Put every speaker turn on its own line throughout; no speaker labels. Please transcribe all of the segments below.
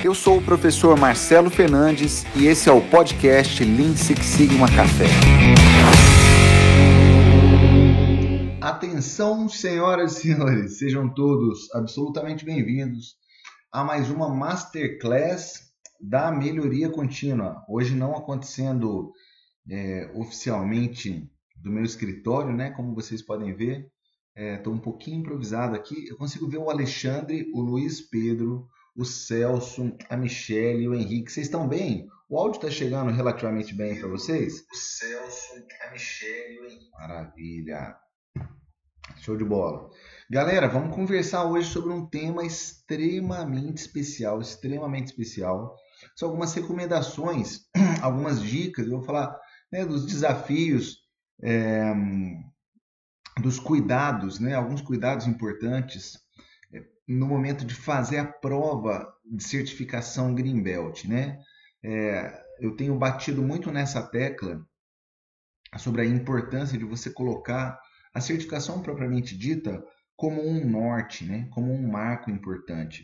Eu sou o professor Marcelo Fernandes e esse é o podcast Lean Six Sigma Café. Atenção, senhoras e senhores, sejam todos absolutamente bem-vindos a mais uma Masterclass da melhoria contínua. Hoje não acontecendo oficialmente do meu escritório, né? Como vocês podem ver, estou um pouquinho improvisado aqui. Eu consigo ver o Alexandre, o Luiz Pedro, o Celso, a Michele e o Henrique. Vocês estão bem? O áudio está chegando relativamente bem para vocês? O Celso, a Michele e o Henrique. Maravilha. Show de bola. Galera, vamos conversar hoje sobre um tema extremamente especial, São algumas recomendações, algumas dicas. Eu vou falar, né, dos desafios, dos cuidados, né, alguns cuidados importantes no momento de fazer a prova de certificação Greenbelt, né? Eu tenho batido muito nessa tecla sobre a importância de você colocar a certificação propriamente dita como um norte, né? Como um marco importante.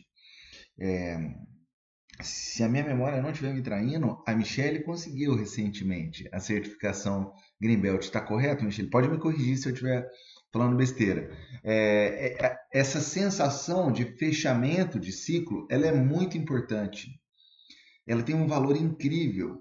Se a minha memória não estiver me traindo, a Michele conseguiu recentemente a certificação Greenbelt. Está correto, Michele? Pode me corrigir se eu estiver falando besteira. Essa sensação de fechamento de ciclo, ela é muito importante. Ela tem um valor incrível.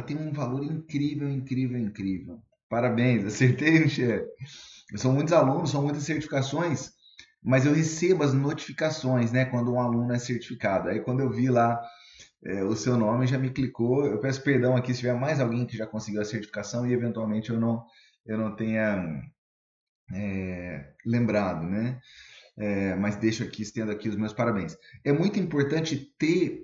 Incrível. Parabéns, acertei, Michele. São muitos alunos, são muitas certificações, mas eu recebo as notificações, né, quando um aluno é certificado. Aí quando eu vi lá o seu nome, já me clicou. Eu peço perdão aqui se tiver mais alguém que já conseguiu a certificação e eventualmente eu não tenha lembrado, né? Mas estendo aqui os meus parabéns. É muito importante ter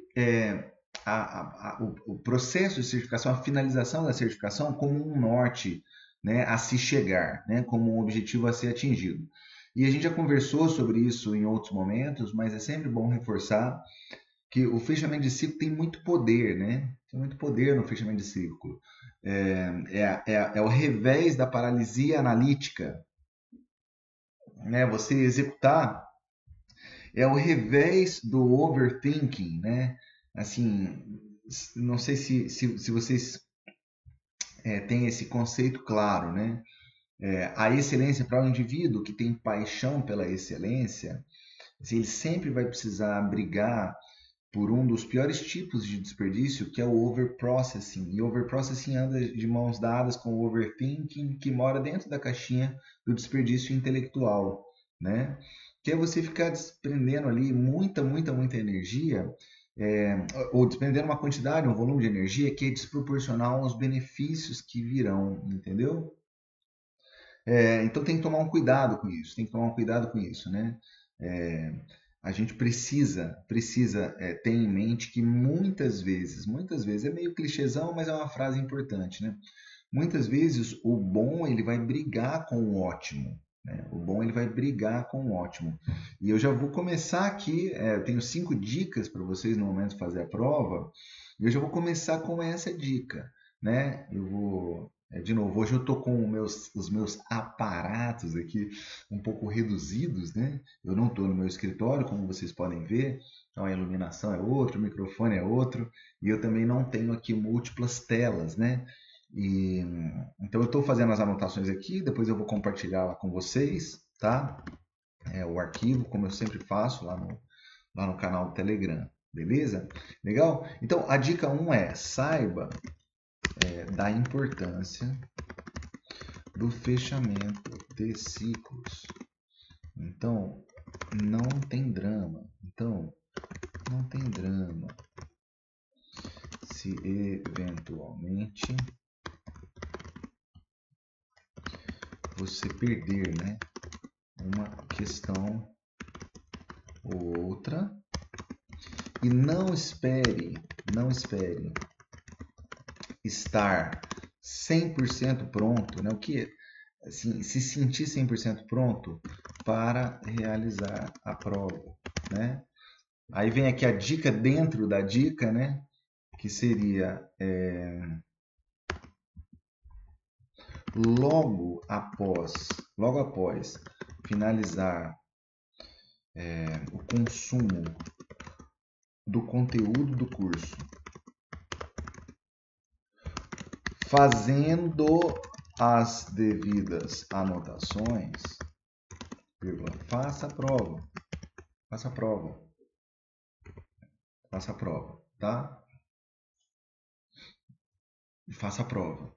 o processo de certificação, a finalização da certificação como um norte, né, a se chegar, né, como um objetivo a ser atingido. E a gente já conversou sobre isso em outros momentos, mas é sempre bom reforçar que o fechamento de ciclo tem muito poder, né? Tem muito poder no fechamento de ciclo. É o revés da paralisia analítica, né? Você executar é o revés do overthinking, né? Assim, não sei se vocês têm esse conceito claro, né? A excelência para o indivíduo que tem paixão pela excelência, assim, ele sempre vai precisar brigar por um dos piores tipos de desperdício, que é o overprocessing. E overprocessing anda de mãos dadas com o overthinking, que mora dentro da caixinha do desperdício intelectual, né? Que é você ficar desprendendo ali muita energia, ou desprendendo uma quantidade, um volume de energia que é desproporcional aos benefícios que virão, entendeu? Então tem que tomar um cuidado com isso, né? A gente precisa ter em mente que muitas vezes, é meio clichêzão, mas é uma frase importante, né? Muitas vezes o bom ele vai brigar com o ótimo, né? E eu já vou começar aqui, eu tenho 5 dicas para vocês no momento de fazer a prova, e eu já vou começar com essa dica, né? De novo, hoje eu estou com os meus aparatos aqui um pouco reduzidos, né? Eu não estou no meu escritório, como vocês podem ver, então a iluminação é outra, o microfone é outro, e eu também não tenho aqui múltiplas telas, né? Então eu estou fazendo as anotações aqui, depois eu vou compartilhar lá com vocês, tá? O arquivo, como eu sempre faço lá no canal do Telegram, beleza? Legal? Então a dica 1 é: saiba da importância do fechamento de ciclos. Então, não tem drama. Se eventualmente você perder, né, uma questão ou outra, e não espere estar 100% pronto, né? O que assim, se sentir 100% pronto para realizar a prova, né? Aí vem aqui a dica dentro da dica, né? Que seria logo após finalizar o consumo do conteúdo do curso, fazendo as devidas anotações, vírgula, faça a prova, faça a prova, faça a prova, tá? Faça a prova.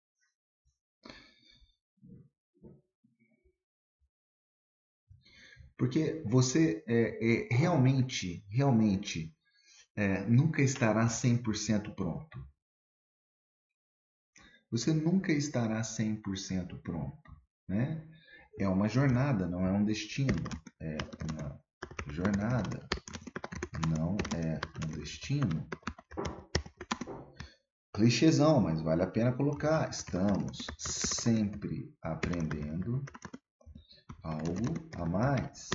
Porque você realmente nunca estará 100% pronto. Você nunca estará 100% pronto, né? É uma jornada, não é um destino. É uma jornada, não é um destino. Clichêzão, mas vale a pena colocar. Estamos sempre aprendendo algo a mais,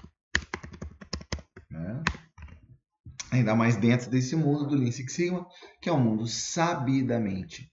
né? Ainda mais dentro desse mundo do Lean Six Sigma, que é um mundo sabidamente,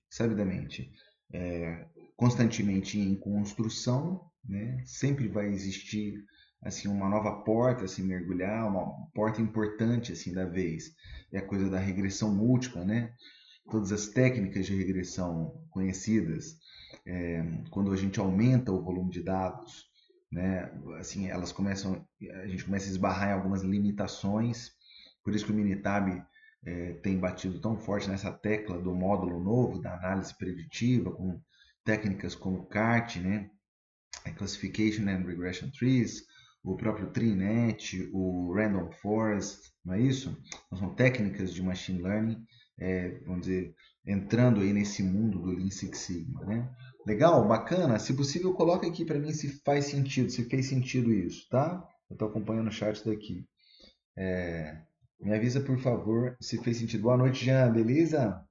constantemente em construção, né? Sempre vai existir assim uma nova porta a se mergulhar, uma porta importante assim da vez. É a coisa da regressão múltipla, né? Todas as técnicas de regressão conhecidas, quando a gente aumenta o volume de dados, né? Assim, a gente começa a esbarrar em algumas limitações. Por isso que o Minitab tem batido tão forte nessa tecla do módulo novo, da análise preditiva, com técnicas como CART, né? Classification and Regression Trees, o próprio TreeNet, o Random Forest, não é isso? Então, são técnicas de Machine Learning, vamos dizer, entrando aí nesse mundo do Lean Six Sigma, né? Legal, bacana. Se possível, coloca aqui para mim se faz sentido, se fez sentido isso, tá? Eu estou acompanhando o chat daqui. Me avisa, por favor, se fez sentido. Boa noite, Jean, beleza?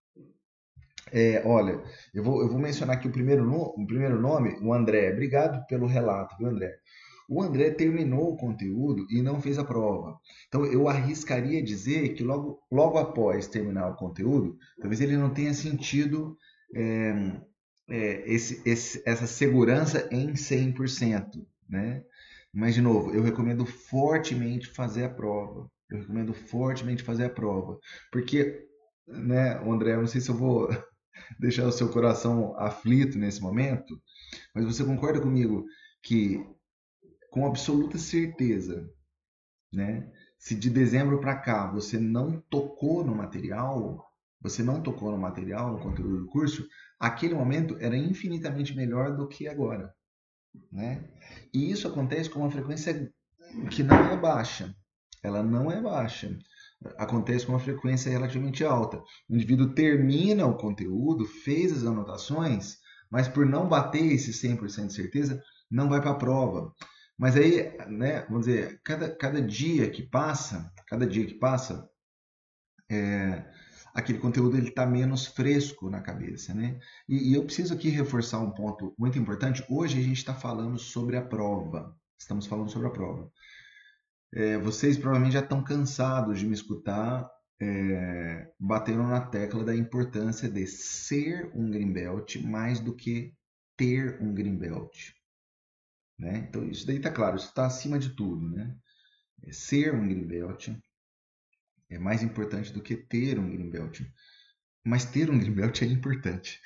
Olha, eu vou mencionar aqui o primeiro nome, o André. Obrigado pelo relato, viu, André? O André terminou o conteúdo e não fez a prova. Então, eu arriscaria dizer que logo após terminar o conteúdo, talvez ele não tenha sentido essa segurança em 100%, né? Mas, de novo, eu recomendo fortemente fazer a prova. Porque, né, André, eu não sei se eu vou deixar o seu coração aflito nesse momento, mas você concorda comigo que, com absoluta certeza, né, se de dezembro para cá você não tocou no material, no conteúdo do curso, aquele momento era infinitamente melhor do que agora, né? E isso acontece com uma frequência que não é baixa. Ela não é baixa. Acontece com uma frequência relativamente alta. O indivíduo termina o conteúdo, fez as anotações, mas por não bater esse 100% de certeza, não vai para a prova. Mas aí, né, vamos dizer, cada dia que passa, aquele conteúdo ele está menos fresco na cabeça, né? E eu preciso aqui reforçar um ponto muito importante. Hoje a gente está falando sobre a prova. Estamos falando sobre a prova. Vocês provavelmente já estão cansados de me escutar batendo na tecla da importância de ser um Greenbelt mais do que ter um Greenbelt, né? Então isso daí está claro, isso está acima de tudo, né? Ser um Greenbelt é mais importante do que ter um Greenbelt, mas ter um Greenbelt é importante.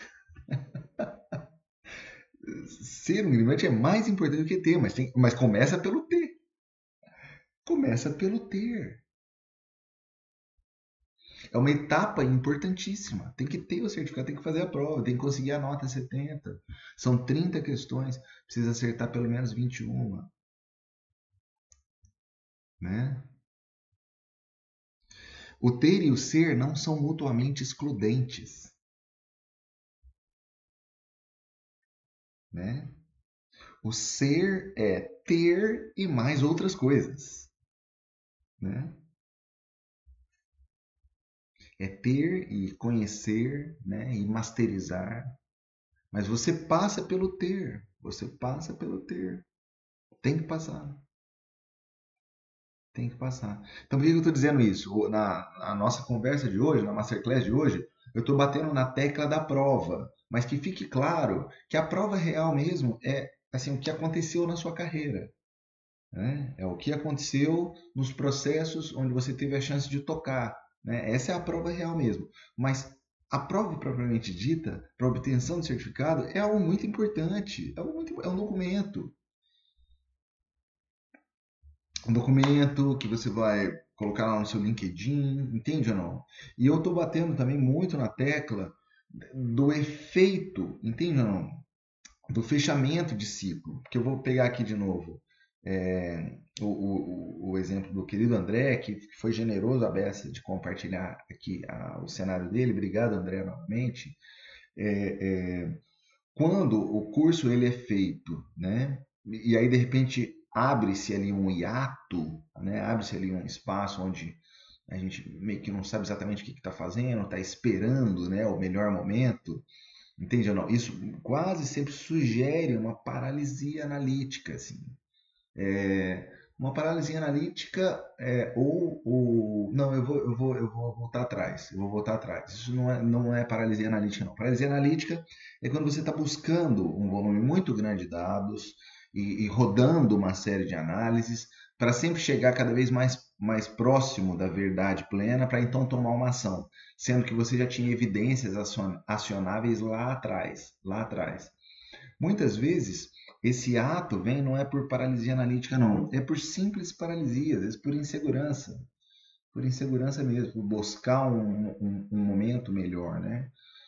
Ser um Greenbelt é mais importante do que ter, mas começa pelo ter. Começa pelo ter. É uma etapa importantíssima. Tem que ter o certificado, tem que fazer a prova, tem que conseguir a nota 70. São 30 questões, precisa acertar pelo menos 21. Né? O ter e o ser não são mutuamente excludentes. Né? O ser é ter e mais outras coisas. Né? É ter e conhecer, né? E masterizar. Mas você passa pelo ter. Você passa pelo ter. Tem que passar. Tem que passar. Então, por que eu estou dizendo isso? Na nossa conversa de hoje, na Masterclass de hoje, eu estou batendo na tecla da prova. Mas que fique claro que a prova real mesmo é assim, o que aconteceu na sua carreira. né? É o que aconteceu nos processos onde você teve a chance de tocar, né? Essa é a prova real mesmo. Mas a prova propriamente dita, para obtenção do certificado, é algo muito importante. É um documento. Um documento que você vai colocar lá no seu LinkedIn, entende ou não? E eu estou batendo também muito na tecla do efeito, entende ou não? Do fechamento de ciclo. Porque eu vou pegar aqui de novo o exemplo do querido André, que foi generoso a beça de compartilhar aqui o cenário dele. Obrigado, André, novamente. Quando o curso ele é feito, né? E aí de repente abre-se ali um hiato, né? Abre-se ali um espaço onde a gente meio que não sabe exatamente o que está fazendo, está esperando, né? O melhor momento. Entende ou não? Isso quase sempre sugere uma paralisia analítica, assim. Uma paralisia analítica não, eu vou voltar atrás. Eu vou voltar atrás. Isso não é paralisia analítica, não. Paralisia analítica é quando você está buscando um volume muito grande de dados e rodando uma série de análises para sempre chegar cada vez mais próximo da verdade plena para então tomar uma ação, sendo que você já tinha evidências acionáveis lá atrás, lá atrás. Muitas vezes, esse ato vem não é por paralisia analítica, não. É por simples paralisia, às vezes por insegurança. Por insegurança mesmo, por buscar um momento melhor, né?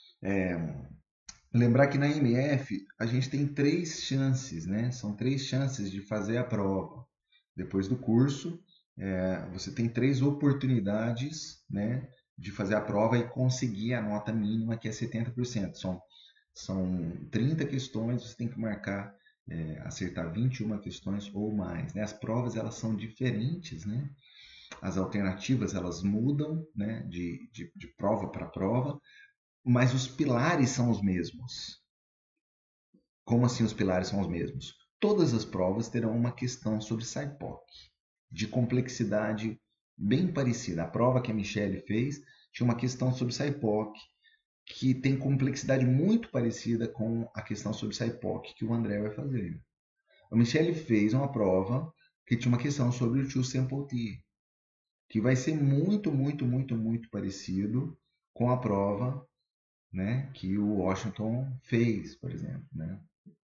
Lembrar que na MF a gente tem 3 chances, né? São 3 chances de fazer a prova. Depois do curso, você tem 3 oportunidades, né, de fazer a prova e conseguir a nota mínima, que é 70%. São 30 questões, você tem que marcar, acertar 21 questões ou mais, né? As provas elas são diferentes, né? As alternativas elas mudam, né, de prova para prova, mas os pilares são os mesmos. Como assim os pilares são os mesmos? Todas as provas terão uma questão sobre SciPoc, de complexidade bem parecida. A prova que a Michelle fez tinha uma questão sobre SciPoc, que tem complexidade muito parecida com a questão sobre SciPoc que o André vai fazer. A Michelle fez uma prova que tinha uma questão sobre o Two Sample T, que vai ser muito, muito, muito, muito parecido com a prova, né, que o Washington fez, por exemplo, né?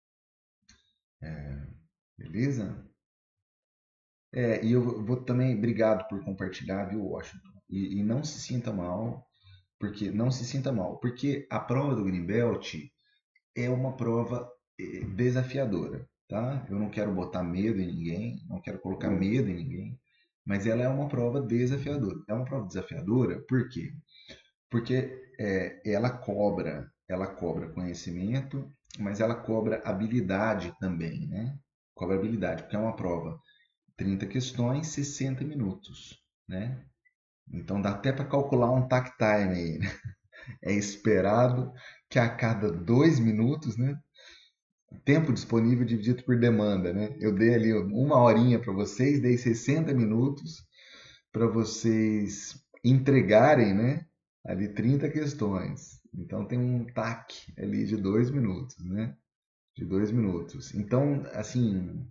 Beleza? E eu vou também, obrigado por compartilhar, viu, Washington? E não se sinta mal, porque a prova do Greenbelt é uma prova desafiadora, tá? Eu não quero botar medo em ninguém, não quero colocar medo em ninguém, mas ela é uma prova desafiadora. É uma prova desafiadora, por quê? Porque ela cobra conhecimento, mas ela cobra habilidade também, né? Cobra habilidade, porque é uma prova 30 questões, 60 minutos, né? Então dá até para calcular um takt time aí, né? É esperado que a cada 2 minutos, né? Tempo disponível dividido por demanda, né? Eu dei ali 1 horinha para vocês, dei 60 minutos para vocês entregarem, né? Ali 30 questões. Então tem um TAC ali de 2 minutos, né? De 2 minutos. Então, assim,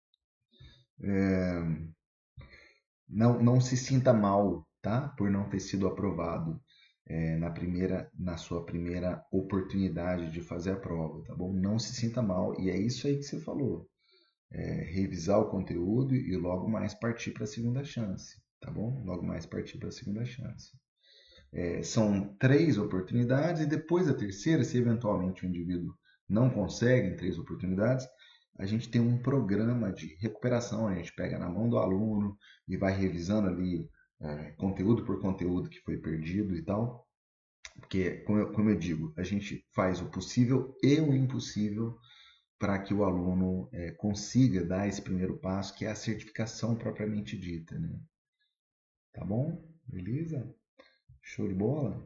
não se sinta mal, tá? Por não ter sido aprovado na sua primeira oportunidade de fazer a prova, tá bom? Não se sinta mal. E é isso aí que você falou. Revisar o conteúdo e logo mais partir para a segunda chance, tá bom? Logo mais partir para a segunda chance. São 3 oportunidades e depois da terceira, se eventualmente o indivíduo não consegue em 3 oportunidades, a gente tem um programa de recuperação, a gente pega na mão do aluno e vai revisando ali conteúdo por conteúdo que foi perdido e tal, porque, como eu digo, a gente faz o possível e o impossível para que o aluno consiga dar esse primeiro passo, que é a certificação propriamente dita, né? Tá bom? Beleza? Show de bola?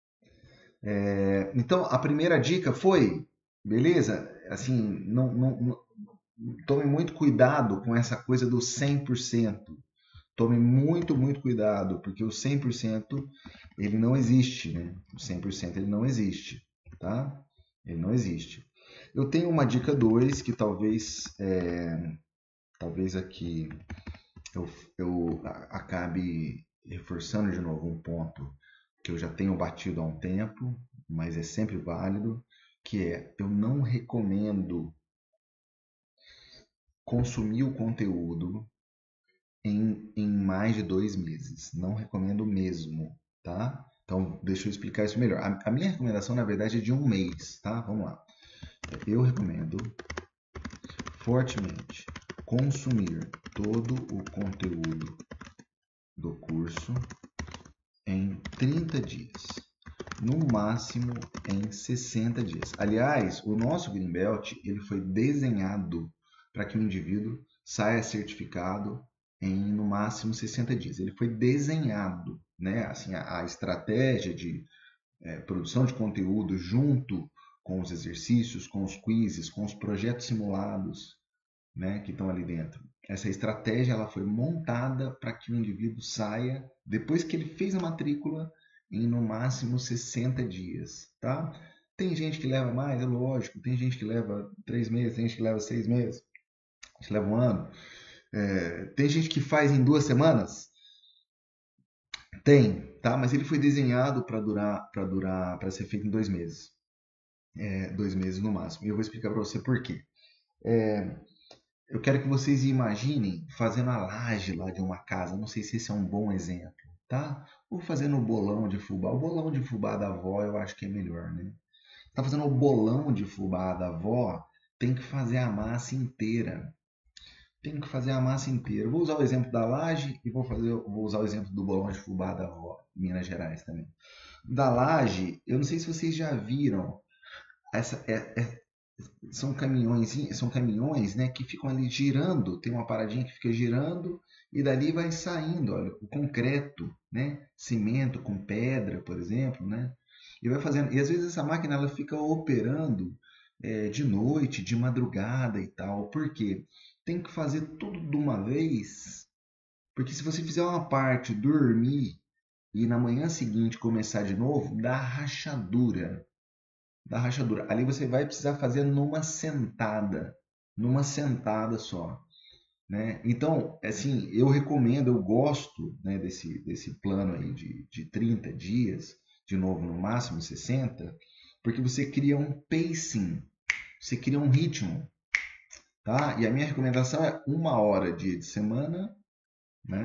Então, a primeira dica foi, beleza? Assim, tome muito cuidado com essa coisa do 100%. Tome muito, muito cuidado, porque o 100% ele não existe, né? O 100% ele não existe, tá? Ele não existe. Eu tenho uma dica 2 que talvez talvez aqui eu acabe reforçando de novo um ponto que eu já tenho batido há um tempo, mas é sempre válido, que é eu não recomendo consumir o conteúdo em mais de 2 meses. Não recomendo mesmo, tá? Então, deixa eu explicar isso melhor. A minha recomendação, na verdade, é de 1 mês, tá? Vamos lá. Eu recomendo fortemente consumir todo o conteúdo do curso em 30 dias, no máximo em 60 dias. Aliás, o nosso Greenbelt ele foi desenhado para que o indivíduo saia certificado em no máximo 60 dias. Ele foi desenhado, né? Assim, a estratégia de produção de conteúdo junto com os exercícios, com os quizzes, com os projetos simulados, né, que estão ali dentro. Essa estratégia ela foi montada para que o indivíduo saia, depois que ele fez a matrícula, em no máximo 60 dias. Tá? Tem gente que leva mais, é lógico, tem gente que leva 3 meses, tem gente que leva 6 meses, tem gente que leva um ano. Tem gente que faz em 2 semanas? Tem, tá? Mas ele foi desenhado para ser feito em 2 meses. 2 meses no máximo. E eu vou explicar para você por quê. Eu quero que vocês imaginem fazendo a laje lá de uma casa. Não sei se esse é um bom exemplo, tá? Ou fazendo o bolão de fubá. O bolão de fubá da avó eu acho que é melhor, né? Tá fazendo o bolão de fubá da avó, tem que fazer a massa inteira. Tem que fazer a massa inteira. Eu vou usar o exemplo da laje e vou usar o exemplo do bolão de fubá da avó, Minas Gerais também. Da laje, eu não sei se vocês já viram essa, são caminhões, né, que ficam ali girando, tem uma paradinha que fica girando e dali vai saindo, olha, o concreto, né, cimento com pedra, por exemplo, né, e vai fazendo. E às vezes essa máquina ela fica operando de noite, de madrugada e tal. Por quê? Tem que fazer tudo de uma vez, porque se você fizer uma parte, dormir e na manhã seguinte começar de novo, dá rachadura da rachadura. Ali você vai precisar fazer numa sentada só, né? Então, assim, eu recomendo, eu gosto, né, desse plano aí de 30 dias, de novo no máximo 60, porque você cria um pacing, você cria um ritmo, tá? E a minha recomendação é 1 hora dia de semana, né?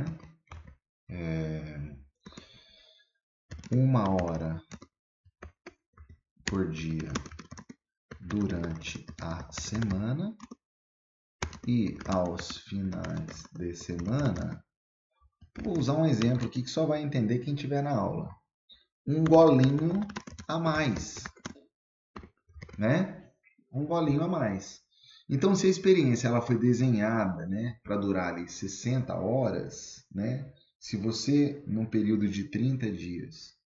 1 hora por dia durante a semana. E aos finais de semana, vou usar um exemplo aqui que só vai entender quem estiver na aula. Um golinho a mais, né? Um golinho a mais. Então, se a experiência ela foi desenhada, né, para durar ali 60 horas, né? Se você num período de 30 dias,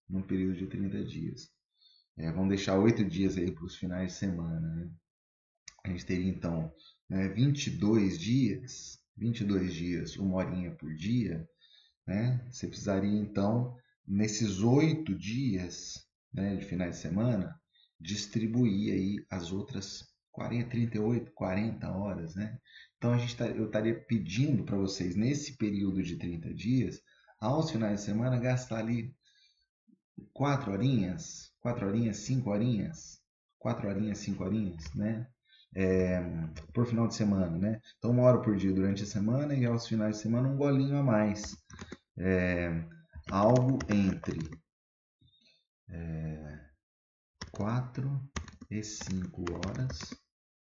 vamos deixar 8 dias aí para os finais de semana, né? A gente teria então 22 dias, 1 horinha por dia, né? Você precisaria então, nesses 8 dias, né, de finais de semana, distribuir aí as outras 40, 38, 40 horas, né? Então eu estaria pedindo para vocês, nesse período de 30 dias, aos finais de semana, gastar ali 4 horinhas, 4 horinhas, 5 horinhas, 4 horinhas, 5 horinhas, né? Por final de semana, né? Então, 1 hora por dia durante a semana e aos finais de semana um golinho a mais. Algo entre 4 e 5 horas.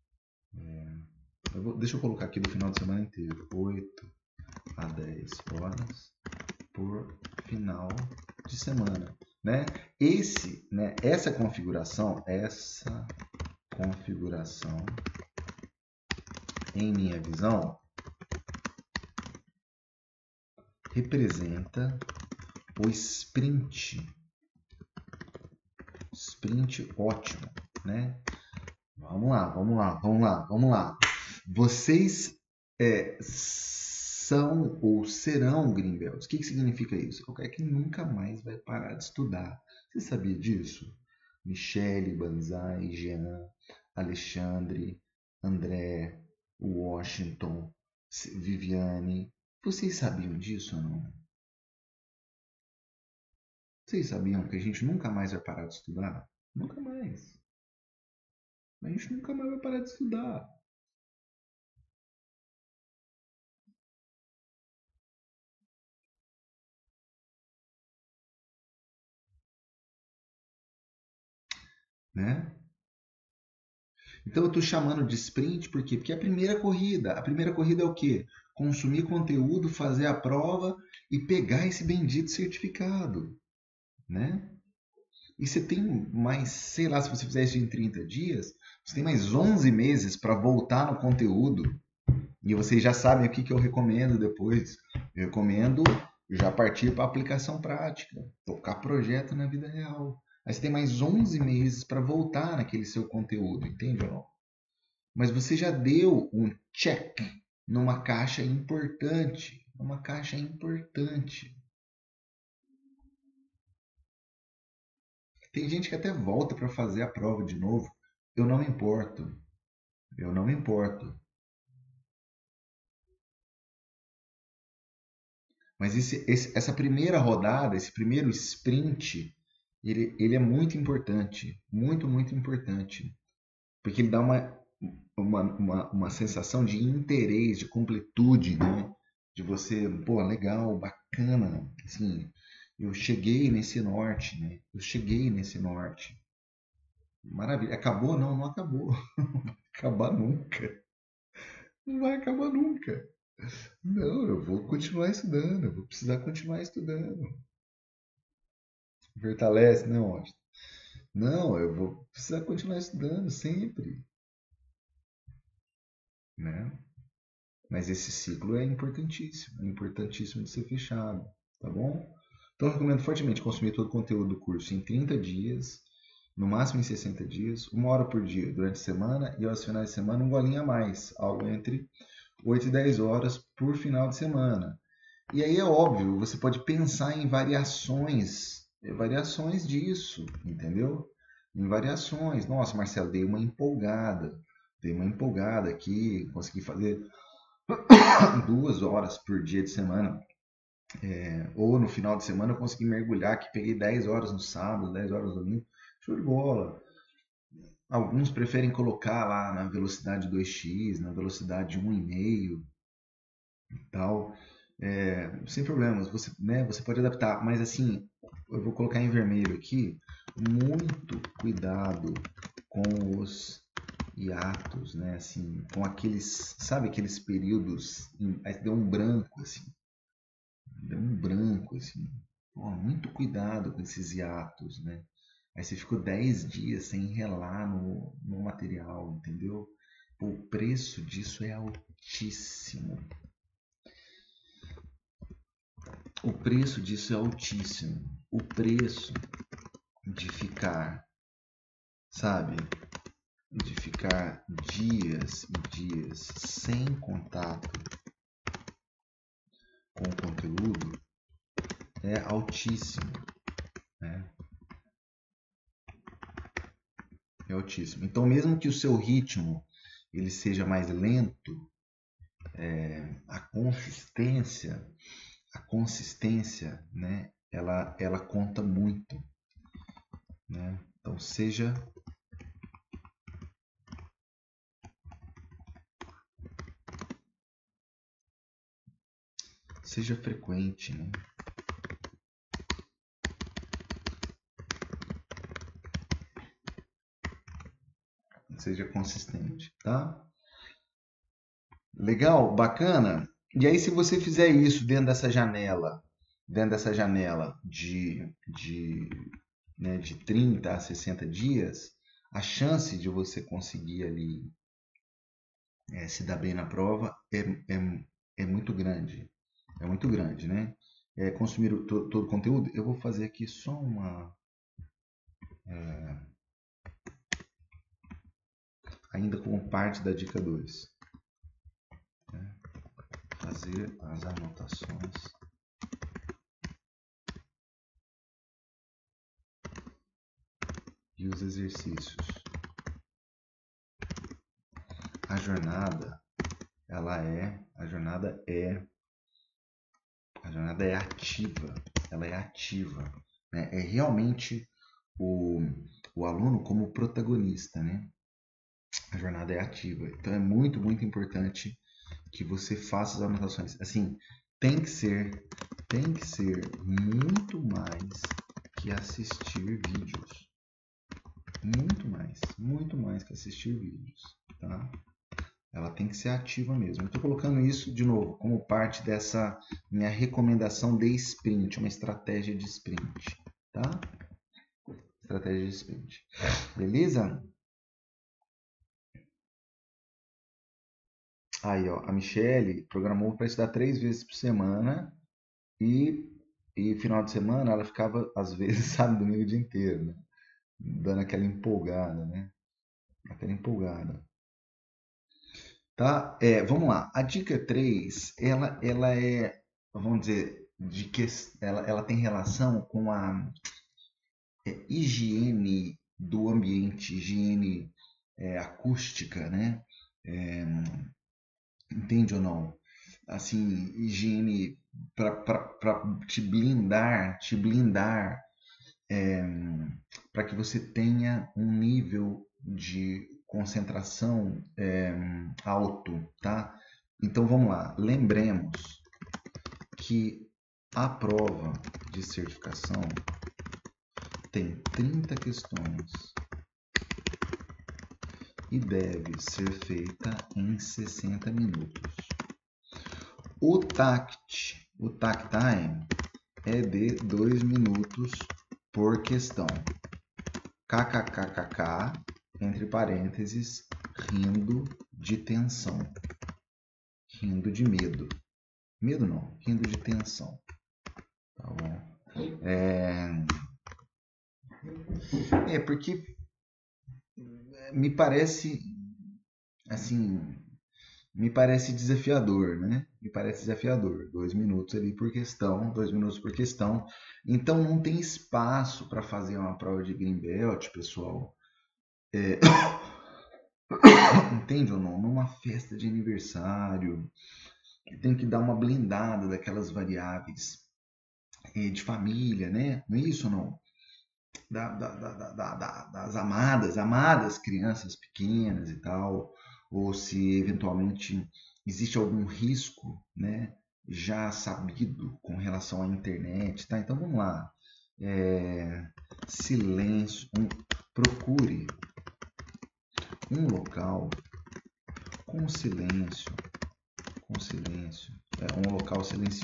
Deixa eu colocar aqui do final de semana inteiro. 8 a 10 horas por final de semana, né? Essa configuração, em minha visão, representa o sprint ótimo, né? Vamos lá. Vocês são ou serão Greenbelts. O que significa isso? É o cara que nunca mais vai parar de estudar. Você sabia disso? Michele, Banzai, Jean, Alexandre, André, Washington, Viviane, vocês sabiam disso ou não? Vocês sabiam que a gente nunca mais vai parar de estudar? Nunca mais. A gente nunca mais vai parar de estudar. Né? Então eu estou chamando de sprint por quê? Porque é a primeira corrida. A primeira corrida é o quê? Consumir conteúdo, fazer a prova e pegar esse bendito certificado. Né? E você tem mais, sei lá, se você fizer isso em 30 dias, você tem mais 11 meses para voltar no conteúdo. E vocês já sabem o que eu recomendo depois. Eu recomendo já partir para aplicação prática, tocar projeto na vida real. Aí você tem mais 11 meses para voltar naquele seu conteúdo, entende ou não? Mas você já deu um check numa caixa importante. Uma caixa importante. Tem gente que até volta para fazer a prova de novo. Eu não me importo. Eu não me importo. Mas essa primeira rodada, esse primeiro sprint, ele é muito importante. Muito, muito importante. Porque ele dá uma sensação de interesse, de completude, né? De você, pô, legal, bacana. Assim, eu cheguei nesse norte, né? Eu cheguei nesse norte. Maravilha. Acabou? Não, não acabou. Não vai acabar nunca. Não vai acabar nunca. Não, eu vou continuar estudando, eu vou precisar continuar estudando. Fortalece, não, Austin. Não, eu vou precisar continuar estudando sempre, né? Mas esse ciclo é importantíssimo de ser fechado, tá bom? Então eu recomendo fortemente consumir todo o conteúdo do curso em 30 dias, no máximo em 60 dias, 1 hora por dia durante a semana e aos finais de semana um golinho a mais, algo entre 8 e 10 horas por final de semana. E aí é óbvio, você pode pensar em variações disso, entendeu? Em variações. Nossa, Marcelo, dei uma empolgada aqui, consegui fazer 2 horas por dia de semana. Ou no final de semana eu consegui mergulhar aqui, peguei 10 horas no sábado, 10 horas no domingo. Show de bola. Alguns preferem colocar lá na velocidade 2x, na velocidade 1,5 e tal. Sem problemas, você, né, você pode adaptar, mas assim, eu vou colocar em vermelho aqui, muito cuidado com os hiatos, né, assim, com aqueles, sabe aqueles períodos, aí deu um branco, assim, deu um branco, assim, ó, muito cuidado com esses hiatos, né, aí você ficou 10 dias sem relar no material, entendeu? O preço disso é altíssimo. O preço disso é altíssimo. O preço de ficar, sabe, de ficar dias e dias sem contato com o conteúdo é altíssimo, né? É altíssimo. Então, mesmo que o seu ritmo ele seja mais lento, a consistência, né? Ela conta muito, né? Então, seja frequente, né? Seja consistente, tá? Legal, bacana. E aí, se você fizer isso dentro dessa janela de 30 a 60 dias, a chance de você conseguir ali se dar bem na prova é muito grande. É muito grande, né? Consumir todo o conteúdo. Eu vou fazer aqui só ainda como parte da dica 2. Né? Fazer as anotações e os exercícios. A jornada a jornada é ativa, ela é ativa, né? É realmente o aluno como protagonista, né? A jornada é ativa. Então é muito, muito importante que você faça as anotações. Assim, tem que ser muito mais que assistir vídeos. Muito mais que assistir vídeos, tá? Ela tem que ser ativa mesmo. Eu estou colocando isso, de novo, como parte dessa minha recomendação de sprint, uma estratégia de sprint, tá? Estratégia de sprint. Beleza? Aí, ó, a Michelle programou para estudar 3 vezes por semana e, final de semana ela ficava, às vezes, sábado, domingo o dia inteiro, né? Dando aquela empolgada, né? Aquela empolgada. Tá? Vamos lá. A dica 3 ela é, vamos dizer, ela tem relação com a higiene do ambiente, higiene acústica, né? É, entende ou não? Assim, higiene para te blindar, para que você tenha um nível de concentração alto, tá? Então vamos lá, lembremos que a prova de certificação tem 30 questões e deve ser feita em 60 minutos. O TACT time é de 2 minutos por questão. KKKKK, entre parênteses, rindo de tensão. Rindo de medo. Medo não, rindo de tensão. Tá bom? Porque me parece, assim, me parece desafiador, né? Me parece desafiador. 2 minutos ali por questão, 2 minutos por questão. Então não tem espaço para fazer uma prova de Greenbelt, pessoal. Entende ou não? Numa festa de aniversário, tem que dar uma blindada daquelas variáveis de família, né? Não é isso ou não? Das amadas crianças pequenas e tal, ou se eventualmente existe algum risco, né, já sabido com relação à internet, tá? Então vamos lá. Silêncio, procure um local com silêncio, um local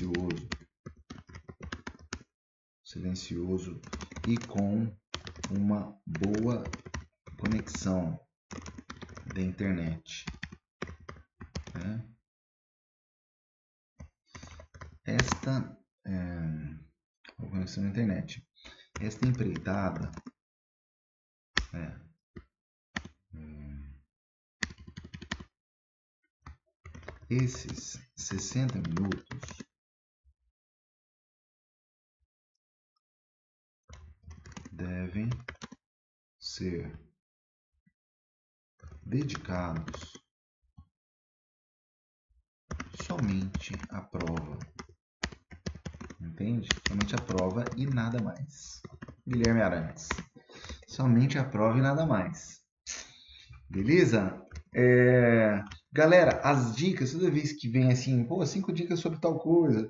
silencioso e com uma boa conexão da internet, né? Conexão da internet. Esta empreitada esses 60 minutos devem ser dedicados somente à prova. Entende? Somente a prova e nada mais. Guilherme Arantes. Somente a prova e nada mais. Beleza? Galera, as dicas, toda vez que vem assim, 5 dicas sobre tal coisa,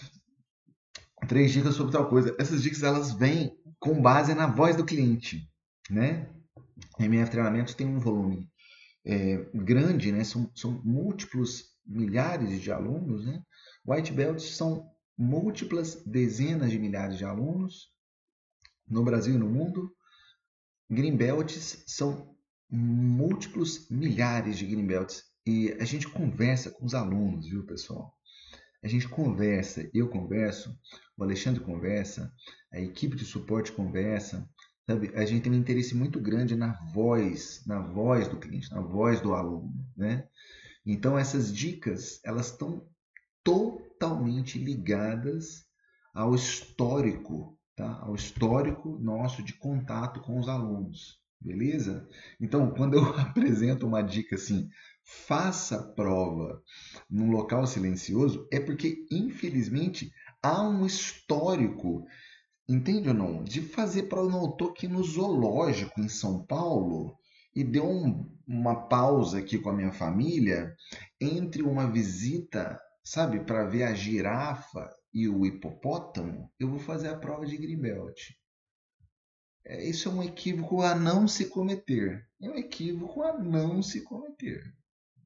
3 dicas sobre tal coisa, essas dicas elas vêm com base na voz do cliente, né? MF Treinamentos tem um volume grande, né? São múltiplos milhares de alunos, né? White Belts são múltiplas dezenas de milhares de alunos no Brasil e no mundo. Green Belts são múltiplos milhares de Green Belts. E a gente conversa com os alunos, viu, pessoal? A gente conversa, eu converso, o Alexandre conversa, a equipe de suporte conversa, sabe? A gente tem um interesse muito grande na voz do cliente, na voz do aluno, né? Então essas dicas, elas estão totalmente ligadas ao histórico, tá? Ao histórico nosso de contato com os alunos, beleza? Então, quando eu apresento uma dica assim, faça a prova num local silencioso, é porque, infelizmente, há um histórico, entende ou não? De fazer prova. Não, eu tô aqui no zoológico em São Paulo e deu uma pausa aqui com a minha família entre uma visita, sabe, para ver a girafa e o hipopótamo, eu vou fazer a prova de Greenbelt. Isso é um equívoco a não se cometer. É um equívoco a não se cometer.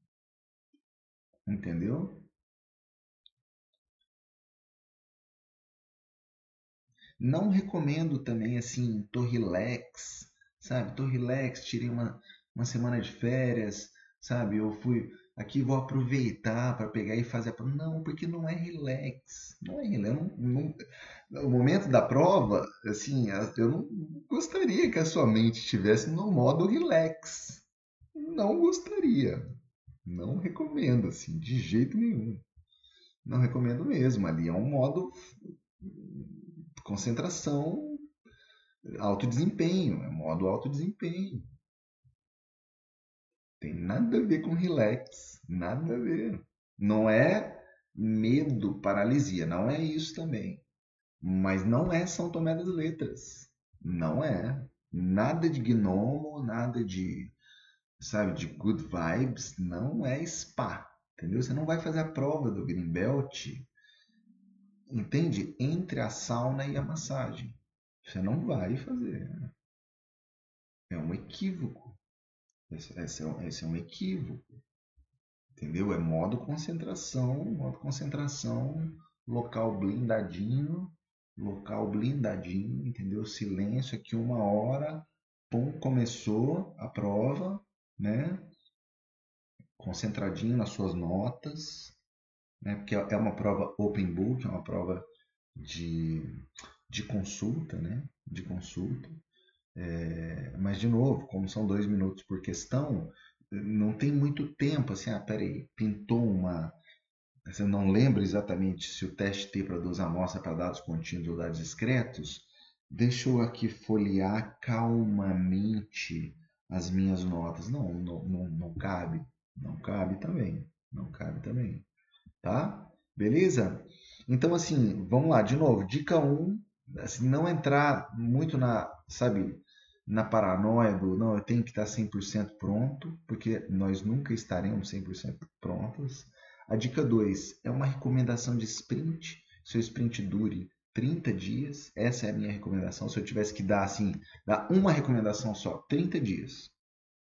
Entendeu? Não recomendo também, assim, tô relax, sabe? Tô relax, tirei uma semana de férias, sabe? Eu fui aqui, vou aproveitar para pegar e fazer a prova. Não, porque não é relax. Não é relax. No momento da prova, assim, eu não gostaria que a sua mente estivesse no modo relax. Não gostaria. Não recomendo, assim, de jeito nenhum. Não recomendo mesmo. Ali é um modo concentração, alto desempenho, é modo alto desempenho. Tem nada a ver com relax, nada a ver. Não é medo, paralisia, não é isso também. Mas não é São Tomé das Letras. Não é. Nada de gnomo, nada de, sabe, de good vibes, não é spa. Entendeu? Você não vai fazer a prova do Greenbelt, entende? Entre a sauna e a massagem. Você não vai fazer. É um equívoco. Esse é um equívoco. Entendeu? É modo concentração, local blindadinho, entendeu? Silêncio aqui 1 hora, pum, começou a prova, né? Concentradinho nas suas notas, né? Porque é uma prova open book, é uma prova de, de consulta, né? De consulta. Mas, de novo, como são 2 minutos por questão, não tem muito tempo assim, peraí, pintou uma. Você não lembra exatamente se o teste T para 2 amostras para dados contínuos ou dados discretos? Deixa eu aqui folhear calmamente as minhas notas. Não cabe. Não cabe também. Não cabe também. Tá? Beleza? Então, assim, vamos lá, de novo. Dica um, assim, não entrar muito na, sabe, na paranoia do, não, eu tenho que estar 100% pronto, porque nós nunca estaremos 100% prontos. A dica 2 é uma recomendação de sprint. Seu sprint dure 30 dias. Essa é a minha recomendação. Se eu tivesse que dar, assim, dar uma recomendação só, 30 dias.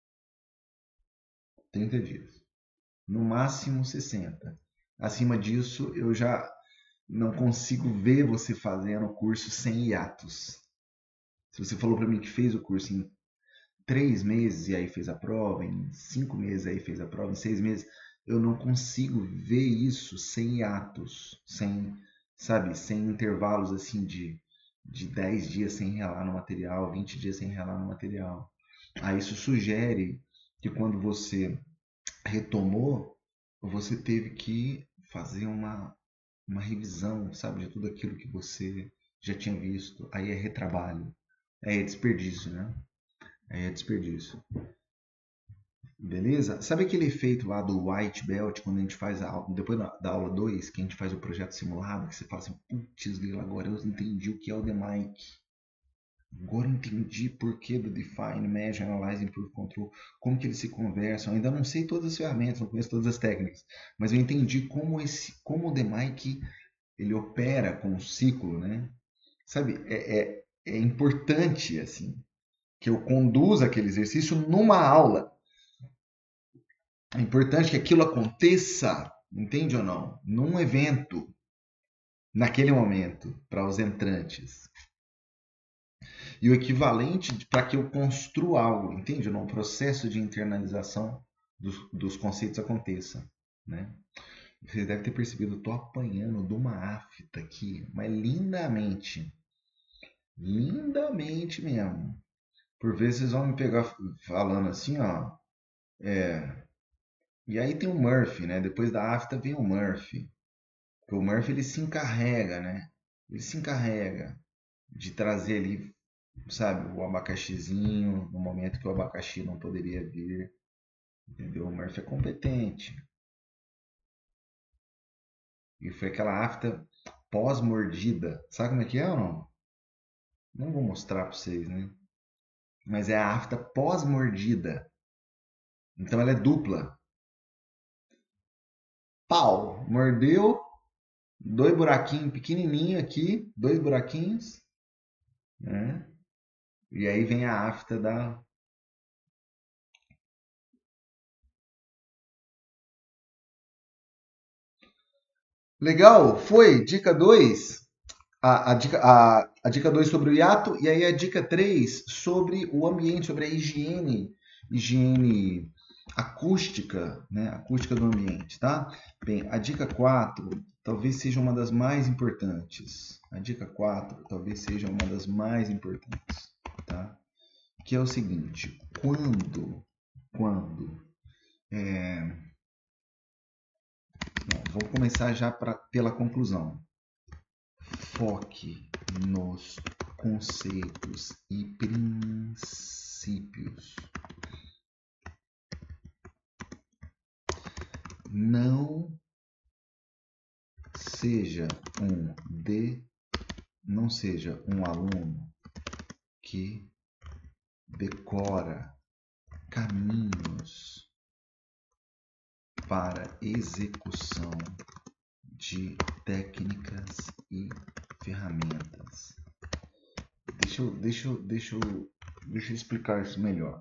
30 dias. No máximo 60. Acima disso, eu já não consigo ver você fazendo o curso sem hiatos. Se você falou para mim que fez o curso em 3 meses e aí fez a prova, em 5 meses aí fez a prova, em 6 meses, eu não consigo ver isso sem hiatos, sem, sabe, sem intervalos assim de 10 dias sem relar no material, 20 dias sem relar no material. Aí isso sugere que quando você retomou, você teve que fazer uma revisão, sabe, de tudo aquilo que você já tinha visto. Aí é retrabalho, aí é desperdício, né? Aí é desperdício. Beleza? Sabe aquele efeito lá do white belt, quando a gente faz a aula, depois da aula 2 que a gente faz o projeto simulado, que você fala assim, putz, agora eu entendi o que é o DMAIC. Agora eu entendi por que do Define, Measure, Analyze, Improve, Control, como que eles se conversam. Eu ainda não sei todas as ferramentas, não conheço todas as técnicas, mas eu entendi como o DMAIC ele opera com o ciclo, né? Sabe, é importante, assim, que eu conduza aquele exercício numa aula. É importante que aquilo aconteça, entende ou não? Num evento, naquele momento, para os entrantes. E o equivalente para que eu construa algo, entende? Num processo de internalização dos conceitos aconteça, né? Você deve ter percebido, eu estou apanhando de uma afta aqui, mas lindamente. Lindamente mesmo. Por vezes vocês vão me pegar falando assim, ó. E aí tem o Murphy, né? Depois da afta vem o Murphy. Porque o Murphy ele se encarrega, né? Ele se encarrega de trazer ali, sabe, o abacaxizinho no momento que o abacaxi não poderia vir. Entendeu? O Murphy é competente. E foi aquela afta pós-mordida. Sabe como é que é ou não? Não vou mostrar para vocês, né? Mas é a afta pós-mordida. Então ela é dupla. Pau! Mordeu, dois buraquinhos pequenininho aqui, dois buraquinhos, né? E aí vem a afta da. Legal, foi. Dica 2. A dica 2 sobre o hiato, e aí a dica 3 sobre o ambiente, sobre a higiene acústica, né? Acústica do ambiente, tá? Bem, a dica 4 talvez seja uma das mais importantes. A dica 4 talvez seja uma das mais importantes, tá? Que é o seguinte, quando bom, vou começar já pela conclusão. Foque nos conceitos e princípios. Não seja um não seja um aluno que decora caminhos para execução de técnicas e ferramentas. Deixa eu explicar isso melhor.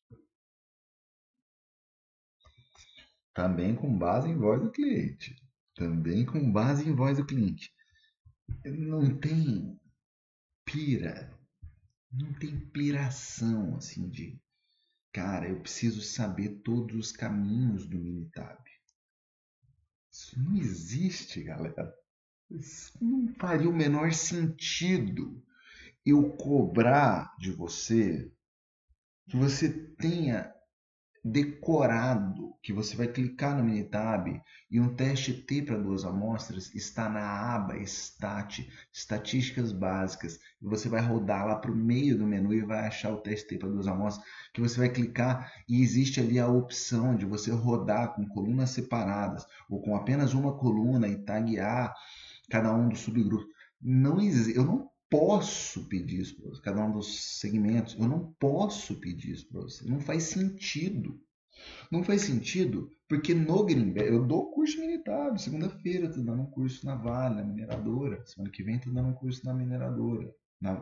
Também com base em voz do cliente. Também com base em voz do cliente. Não tem pira, não tem piração assim de, cara, eu preciso saber todos os caminhos do Minitab. Isso não existe, galera. Isso não faria o menor sentido eu cobrar de você que você tenha decorado, que você vai clicar no Minitab e um teste T para duas amostras está na aba Stat, Estatísticas Básicas, e você vai rodar lá para o meio do menu e vai achar o teste T para duas amostras, que você vai clicar e existe ali a opção de você rodar com colunas separadas ou com apenas uma coluna e taguear cada um dos subgrupos. Não existe, eu não posso pedir isso para você, cada um dos segmentos. Eu não posso pedir isso para você. Não faz sentido. Não faz sentido porque no Greenbelt, eu dou curso militar. Segunda-feira estou dando um curso na Vale, na mineradora. Semana que vem estou dando um curso na mineradora,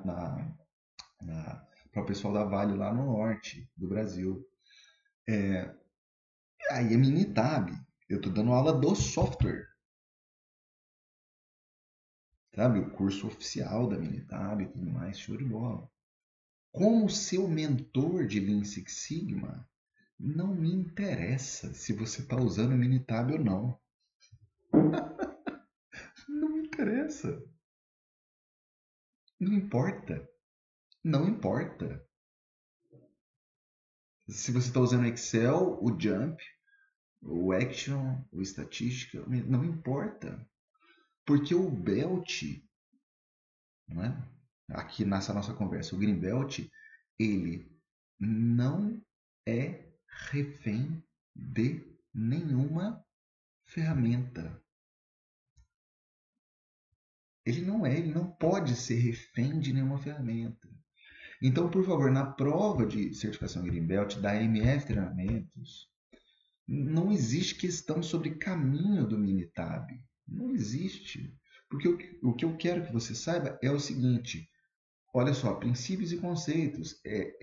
para o pessoal da Vale lá no norte do Brasil. Aí é Minitab. Eu estou dando aula do software. Sabe? O curso oficial da Minitab e tudo mais, show de bola. Como seu mentor de Lean Six Sigma, não me interessa se você está usando o Minitab ou não. Não me interessa. Não importa. Não importa. Se você está usando o Excel, o Jump, o Action, o Estatística, não importa. Porque o Belt, né? Aqui nessa nossa conversa, o Greenbelt, ele não é refém de nenhuma ferramenta. Ele não pode ser refém de nenhuma ferramenta. Então, por favor, na prova de certificação Greenbelt da MF Treinamentos, não existe questão sobre caminho do Minitab. Não existe. Porque o que eu quero que você saiba é o seguinte: olha só, princípios e conceitos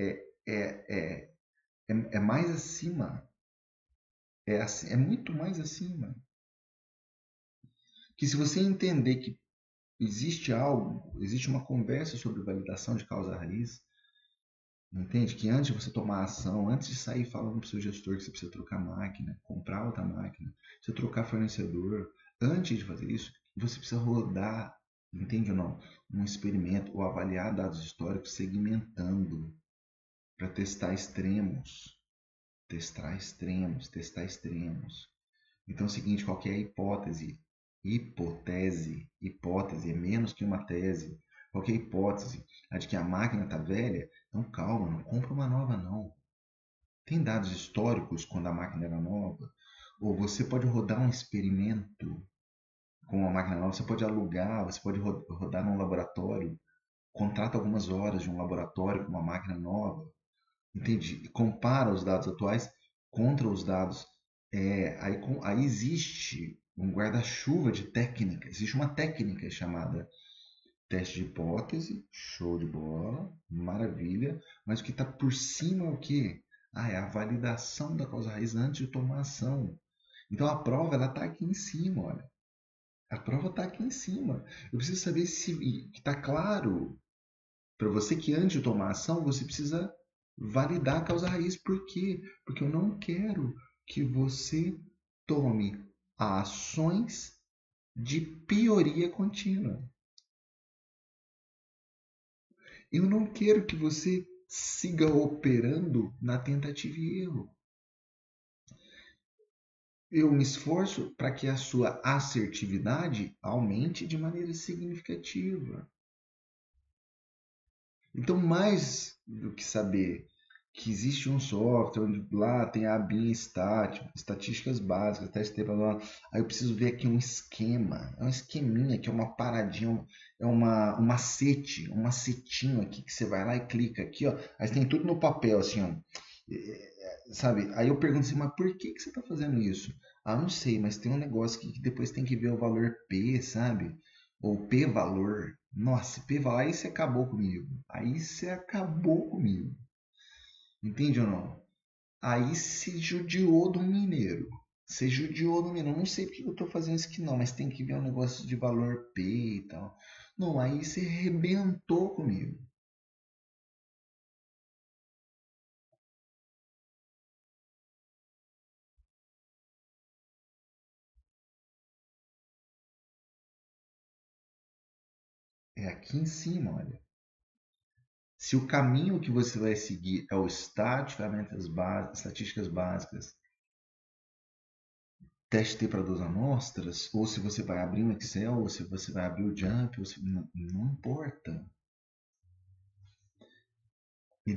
é mais acima. É muito mais acima. Que se você entender que existe algo, existe uma conversa sobre validação de causa raiz, entende? Que antes de você tomar ação, antes de sair falando para o seu gestor que você precisa trocar máquina, comprar outra máquina, você trocar fornecedor, antes de fazer isso, você precisa rodar, entende ou não? Um experimento ou avaliar dados históricos segmentando para testar extremos. Testar extremos, testar extremos. Então é o seguinte, qual que é a hipótese? Hipótese é menos que uma tese. Qual que é a hipótese? A de que a máquina está velha? Então calma, não compra uma nova não. Tem dados históricos quando a máquina era nova? Ou você pode rodar um experimento com uma máquina nova, você pode alugar, você pode rodar num laboratório, contrata algumas horas de um laboratório com uma máquina nova, entende? E compara os dados atuais contra os dados. Aí existe um guarda-chuva de técnica, existe uma técnica chamada teste de hipótese, show de bola, maravilha, mas o que está por cima é o quê? É a validação da causa raiz antes de tomar ação. Então a prova ela está aqui em cima, olha. A prova está aqui em cima. Eu preciso saber se está claro para você que antes de tomar ação você precisa validar a causa raiz. Por quê? Porque eu não quero que você tome ações de pioria contínua. Eu não quero que você siga operando na tentativa e erro. Eu me esforço para que a sua assertividade aumente de maneira significativa. Então, mais do que saber que existe um software onde lá tem a abinha estatísticas básicas, teste blá, blá, blá. Aí eu preciso ver aqui um esquema, é um esqueminha, que é uma paradinha, é um macete, um macetinho aqui que você vai lá e clica aqui, ó. Aí tem tudo no papel, assim, ó. Sabe? Aí eu pergunto assim, mas por que você está fazendo isso? Não sei, mas tem um negócio aqui que depois tem que ver o valor P, sabe? Ou P-valor. Nossa, P-valor, aí você acabou comigo. Aí você acabou comigo. Entende ou não? Aí se judiou do mineiro. Você judiou do mineiro. Não sei porque eu estou fazendo isso aqui não, mas tem que ver um negócio de valor P e tal. Não, aí você arrebentou comigo. É aqui em cima, olha. Se o caminho que você vai seguir é o STAT, ferramentas básicas, estatísticas básicas, teste para duas amostras, ou se você vai abrir um Excel, ou se você vai abrir o Jump, não importa. E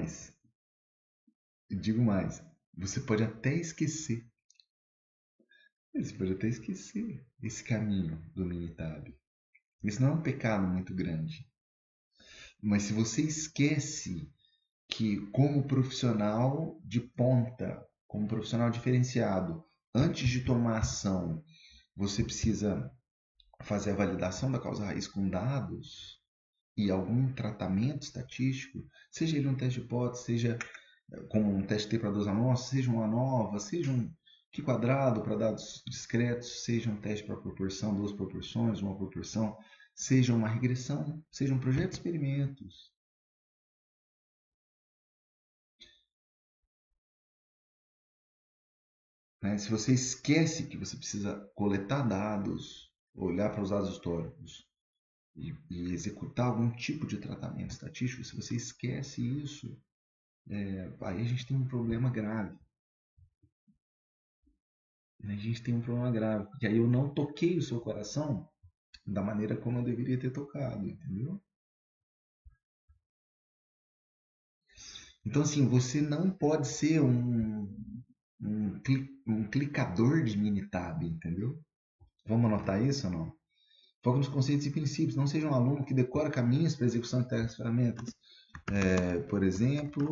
digo mais, você pode até esquecer. Você pode até esquecer esse caminho do Minitab. Isso não é um pecado muito grande. Mas se você esquece que, como profissional de ponta, como profissional diferenciado, antes de tomar ação, você precisa fazer a validação da causa raiz com dados e algum tratamento estatístico, seja ele um teste de hipótese, seja como um teste T para duas amostras, seja uma nova, seja um Q quadrado para dados discretos, seja um teste para proporção, duas proporções, uma proporção, seja uma regressão, seja um projeto de experimentos. Né? Se você esquece que você precisa coletar dados, olhar para os dados históricos e executar algum tipo de tratamento estatístico, se você esquece isso, aí a gente tem um problema grave. A gente tem um problema grave, porque aí eu não toquei o seu coração da maneira como eu deveria ter tocado, entendeu? Então, assim, você não pode ser um clicador de Minitab, entendeu? Vamos anotar isso ou não? Foca nos conceitos e princípios. Não seja um aluno que decora caminhos para a execução de técnicas e ferramentas. Por exemplo,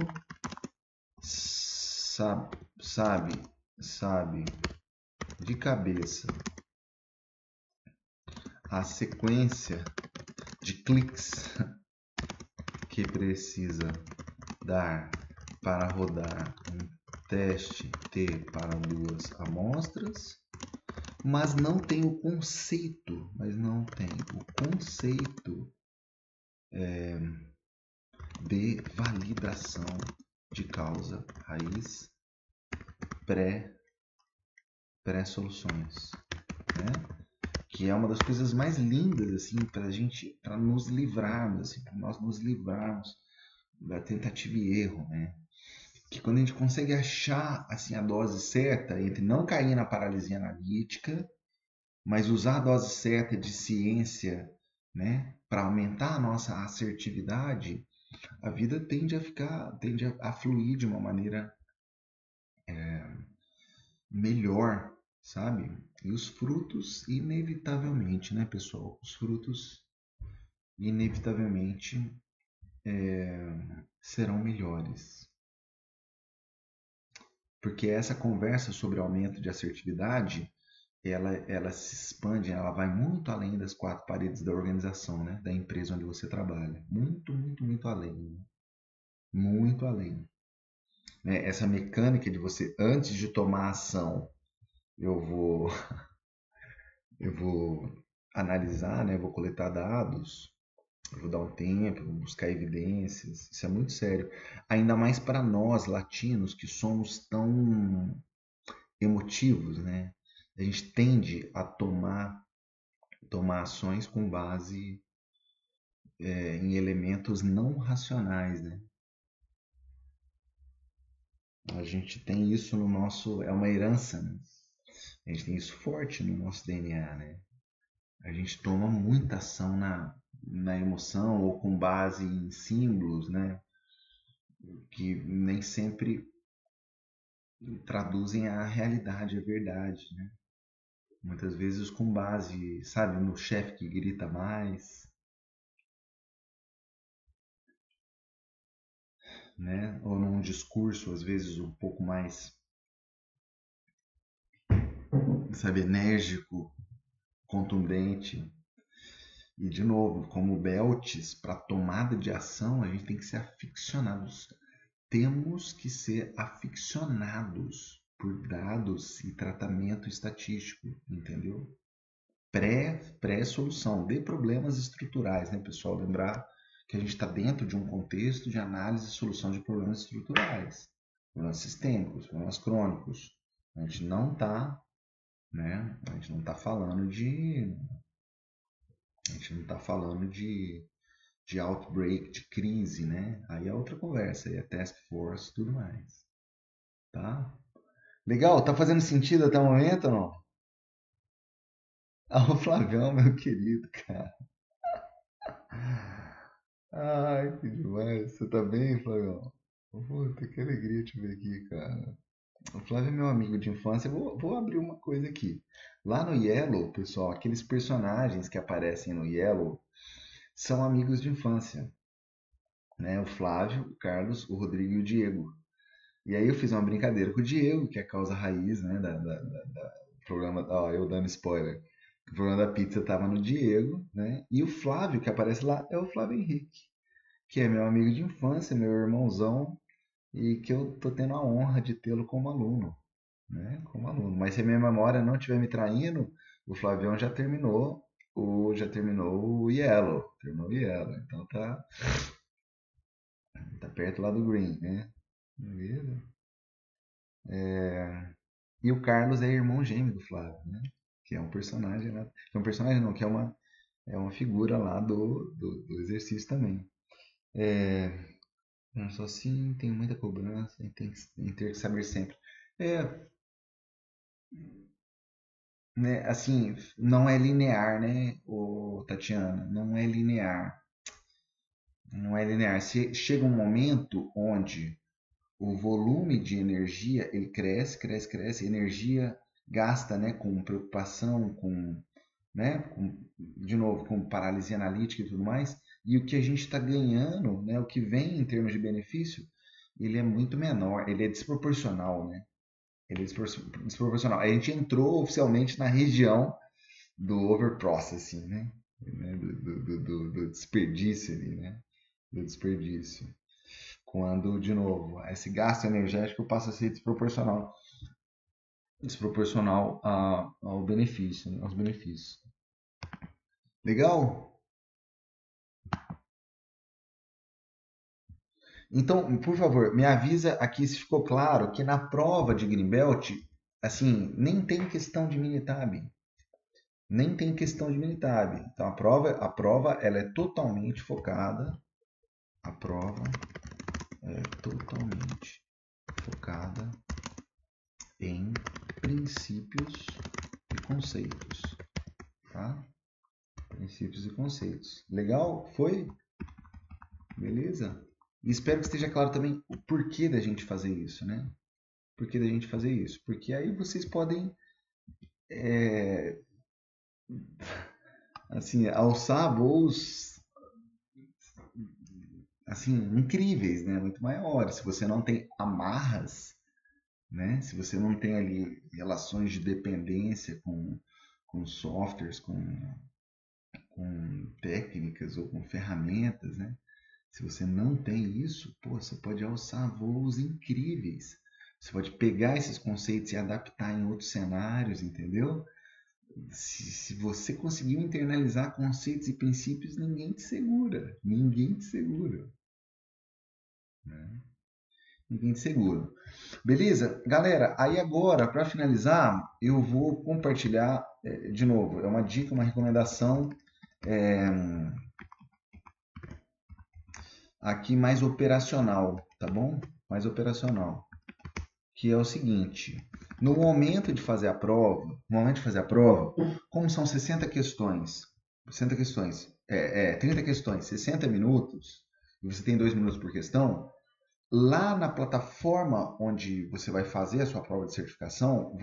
sabe de cabeça a sequência de cliques que precisa dar para rodar um teste T para duas amostras, mas não tem o conceito, de validação de causa raiz pré-soluções, né? Que é uma das coisas mais lindas assim para nos livrarmos, assim, para nós nos livrarmos da tentativa e erro, né? Que quando a gente consegue achar assim a dose certa entre não cair na paralisia analítica, mas usar a dose certa de ciência, né, para aumentar a nossa assertividade, a vida tende a fluir de uma maneira melhor, sabe? E os frutos, inevitavelmente, né, pessoal? Os frutos, inevitavelmente, serão melhores. Porque essa conversa sobre aumento de assertividade, ela se expande, ela vai muito além das quatro paredes da organização, né? Da empresa onde você trabalha. Muito, muito, muito além. Né? Muito além. Né? Essa mecânica de você, antes de tomar ação, eu vou, eu vou analisar, né? Vou coletar dados, eu vou dar um tempo, vou buscar evidências. Isso é muito sério. Ainda mais para nós, latinos, que somos tão emotivos, né? A gente tende a tomar ações com base em elementos não racionais, né? A gente tem isso no nosso, é uma herança, né? A gente tem isso forte no nosso DNA, né? A gente toma muita ação na emoção ou com base em símbolos, né? Que nem sempre traduzem a realidade, a verdade, né? Muitas vezes com base, sabe, no chefe que grita mais, né? Ou num discurso, às vezes, um pouco mais, sabe, enérgico, contundente. E, de novo, como belts, para tomada de ação, a gente tem que ser aficionados. Temos que ser aficionados por dados e tratamento estatístico, entendeu? Pré-solução de problemas estruturais, né, pessoal? Lembrar que a gente está dentro de um contexto de análise e solução de problemas estruturais, problemas sistêmicos, problemas crônicos. A gente não está, né? A gente não está falando de outbreak, de crise, né? Aí é outra conversa, aí é task force, tudo mais, tá? Legal, tá fazendo sentido até o momento ou não? Ah, o Flavião, meu querido, cara. Ai, que demais. Você tá bem, Flavião? Puta, que alegria te ver aqui, cara. O Flávio é meu amigo de infância. Vou abrir uma coisa aqui. Lá no Yellow, pessoal, aqueles personagens que aparecem no Yellow são amigos de infância, né? O Flávio, o Carlos, o Rodrigo e o Diego. E aí eu fiz uma brincadeira com o Diego, que é a causa raiz, né, do programa. Ó, eu dando spoiler. O programa da pizza tava no Diego, né? E o Flávio, que aparece lá, é o Flávio Henrique, que é meu amigo de infância, meu irmãozão, e que eu tô tendo a honra de tê-lo como aluno, né? Como aluno. Mas se a minha memória não estiver me traindo, o Flavião já terminou o Yellow, terminou o Yellow, então tá perto lá do Green, né? Beleza. E o Carlos é irmão gêmeo do Flávio, né? Que é um personagem, né? Que é um personagem não, que é uma figura lá do exercício também. É, não só assim, tem muita cobrança, tem ter que saber sempre. É, né, assim, não é linear, né, Tatiana? Não é linear. Não é linear. Chega um momento onde o volume de energia ele cresce, cresce, cresce, energia gasta, né, com preocupação, né, de novo, com paralisia analítica e tudo mais, e o que a gente está ganhando, né, o que vem em termos de benefício, ele é muito menor, ele é desproporcional, né? Ele é desproporcional. A gente entrou oficialmente na região do overprocessing, né? Do desperdício ali, né? Do desperdício. Quando, de novo, esse gasto energético passa a ser desproporcional ao benefício, né? Aos benefícios. Legal? Então, por favor, me avisa aqui se ficou claro que na prova de Greenbelt, assim, nem tem questão de Minitab. Nem tem questão de Minitab. Então, a prova ela é totalmente focada. A prova é totalmente focada em princípios e conceitos, tá? Princípios e conceitos. Legal? Foi? Beleza? E espero que esteja claro também o porquê da gente fazer isso, né? Por que da gente fazer isso? Porque aí vocês podem, é, assim, alçar voos, assim, incríveis, né? Muito maiores. Se você não tem amarras, né? Se você não tem ali relações de dependência com softwares, com técnicas ou com ferramentas, né? Se você não tem isso, pô, você pode alçar voos incríveis. Você pode pegar esses conceitos e adaptar em outros cenários, entendeu? Se você conseguiu internalizar conceitos e princípios, ninguém te segura. Ninguém te segura. Né? Ninguém te segura. Beleza? Galera, aí agora, para finalizar, eu vou compartilhar, de novo, é uma dica, uma recomendação é, aqui mais operacional, tá bom? Mais operacional. Que é o seguinte: no momento de fazer a prova, como são 60 questões, 60 questões, 30 questões, 60 minutos, e você tem 2 minutos por questão, lá na plataforma onde você vai fazer a sua prova de certificação,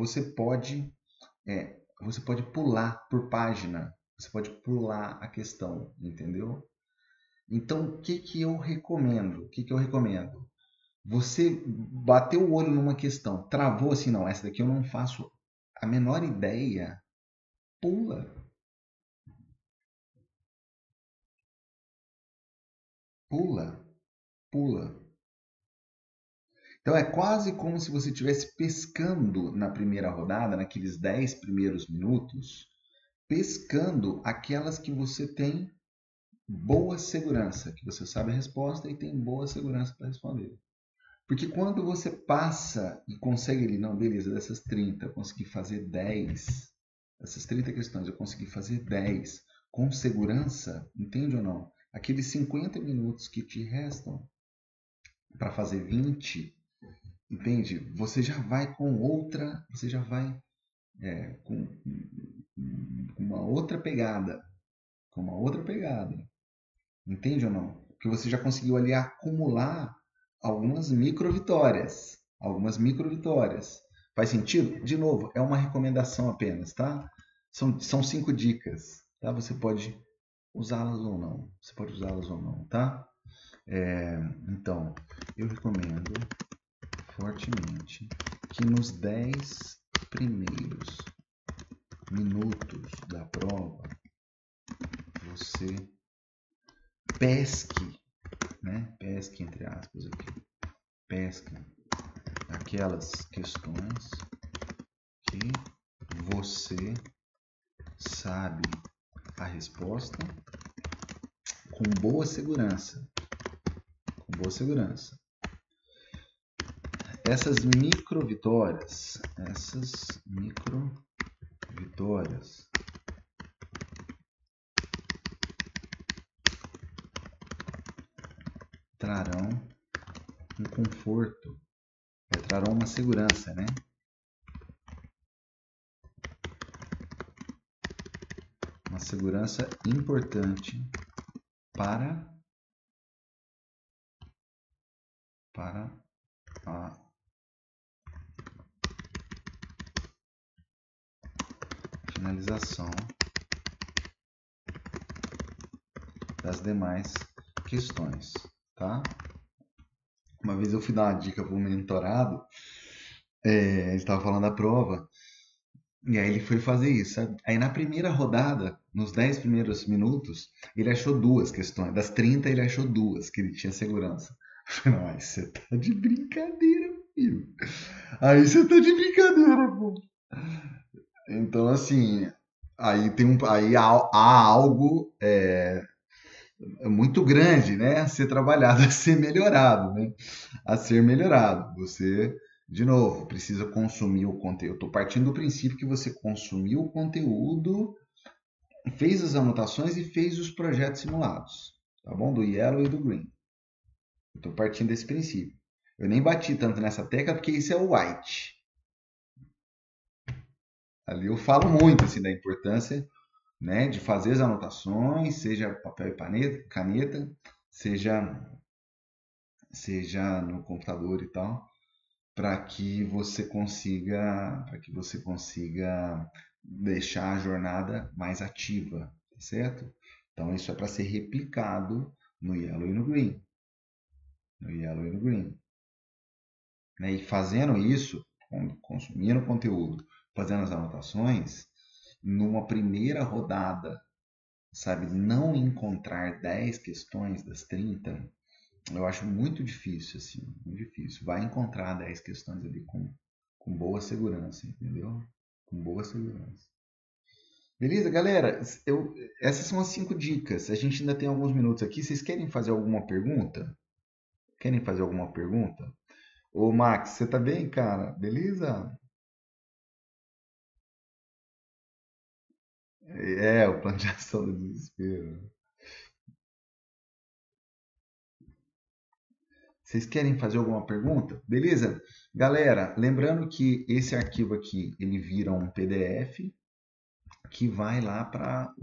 você pode pular por página, você pode pular a questão, entendeu? Então, o que que eu recomendo? O que que eu recomendo? Você bateu o olho numa questão, travou assim, não, essa daqui eu não faço a menor ideia, pula, pula, pula. Então é quase como se você estivesse pescando na primeira rodada, naqueles 10 primeiros minutos, pescando aquelas que você tem boa segurança, que você sabe a resposta e tem boa segurança para responder. Porque quando você passa e consegue ali, não, beleza, dessas 30 eu consegui fazer 10, essas 30 questões eu consegui fazer 10 com segurança, entende ou não? Aqueles 50 minutos que te restam para fazer 20, entende? Você já vai com outra, você já vai com uma outra pegada, com uma outra pegada, entende ou não? Porque você já conseguiu ali acumular algumas micro vitórias. Faz sentido? De novo, é uma recomendação apenas, tá? São 5 dicas, tá? Você pode usá-las ou não. Você pode usá-las ou não, tá? Então, eu recomendo fortemente que nos 10 primeiros minutos da prova você pesque, né? Pesque entre aspas aqui. Pesque aquelas questões que você sabe a resposta com boa segurança. Com boa segurança. Essas micro vitórias trarão um conforto, trarão uma segurança, né? Uma segurança importante para a finalização das demais questões, tá? Uma vez eu fui dar uma dica para um mentorado, ele estava falando da prova, e aí ele foi fazer isso, sabe? Aí na primeira rodada, nos 10 primeiros minutos, ele achou 2 questões. Das 30, ele achou 2 que ele tinha segurança. Eu falei, não, aí você tá de brincadeira, filho. Aí você tá de brincadeira, pô. Então, assim, há algo muito grande, né, a ser trabalhado, a ser melhorado, né? A ser melhorado. Você, de novo, precisa consumir o conteúdo. Eu estou partindo do princípio que você consumiu o conteúdo, fez as anotações e fez os projetos simulados, tá bom? Do Yellow e do Green. Eu estou partindo desse princípio. Eu nem bati tanto nessa tecla porque isso é o White. Ali eu falo muito assim da importância, né, de fazer as anotações, seja papel e caneta, seja no computador e tal. para que você consiga deixar a jornada mais ativa, tá certo? Então isso é para ser replicado no Yellow e no Green, no Yellow e no Green, né? E fazendo isso, consumindo o conteúdo, fazendo as anotações, numa primeira rodada, sabe, não encontrar 10 questões das 30, eu acho muito difícil, assim, muito difícil. Vai encontrar 10 questões ali com boa segurança, entendeu? Com boa segurança. Beleza, galera? Essas são as 5 dicas. A gente ainda tem alguns minutos aqui. Vocês querem fazer alguma pergunta? Querem fazer alguma pergunta? Ô, Max, você tá bem, cara? Beleza? É, o plano de ação do desespero. Vocês querem fazer alguma pergunta? Beleza? Galera, lembrando que esse arquivo aqui, ele vira um PDF que vai lá para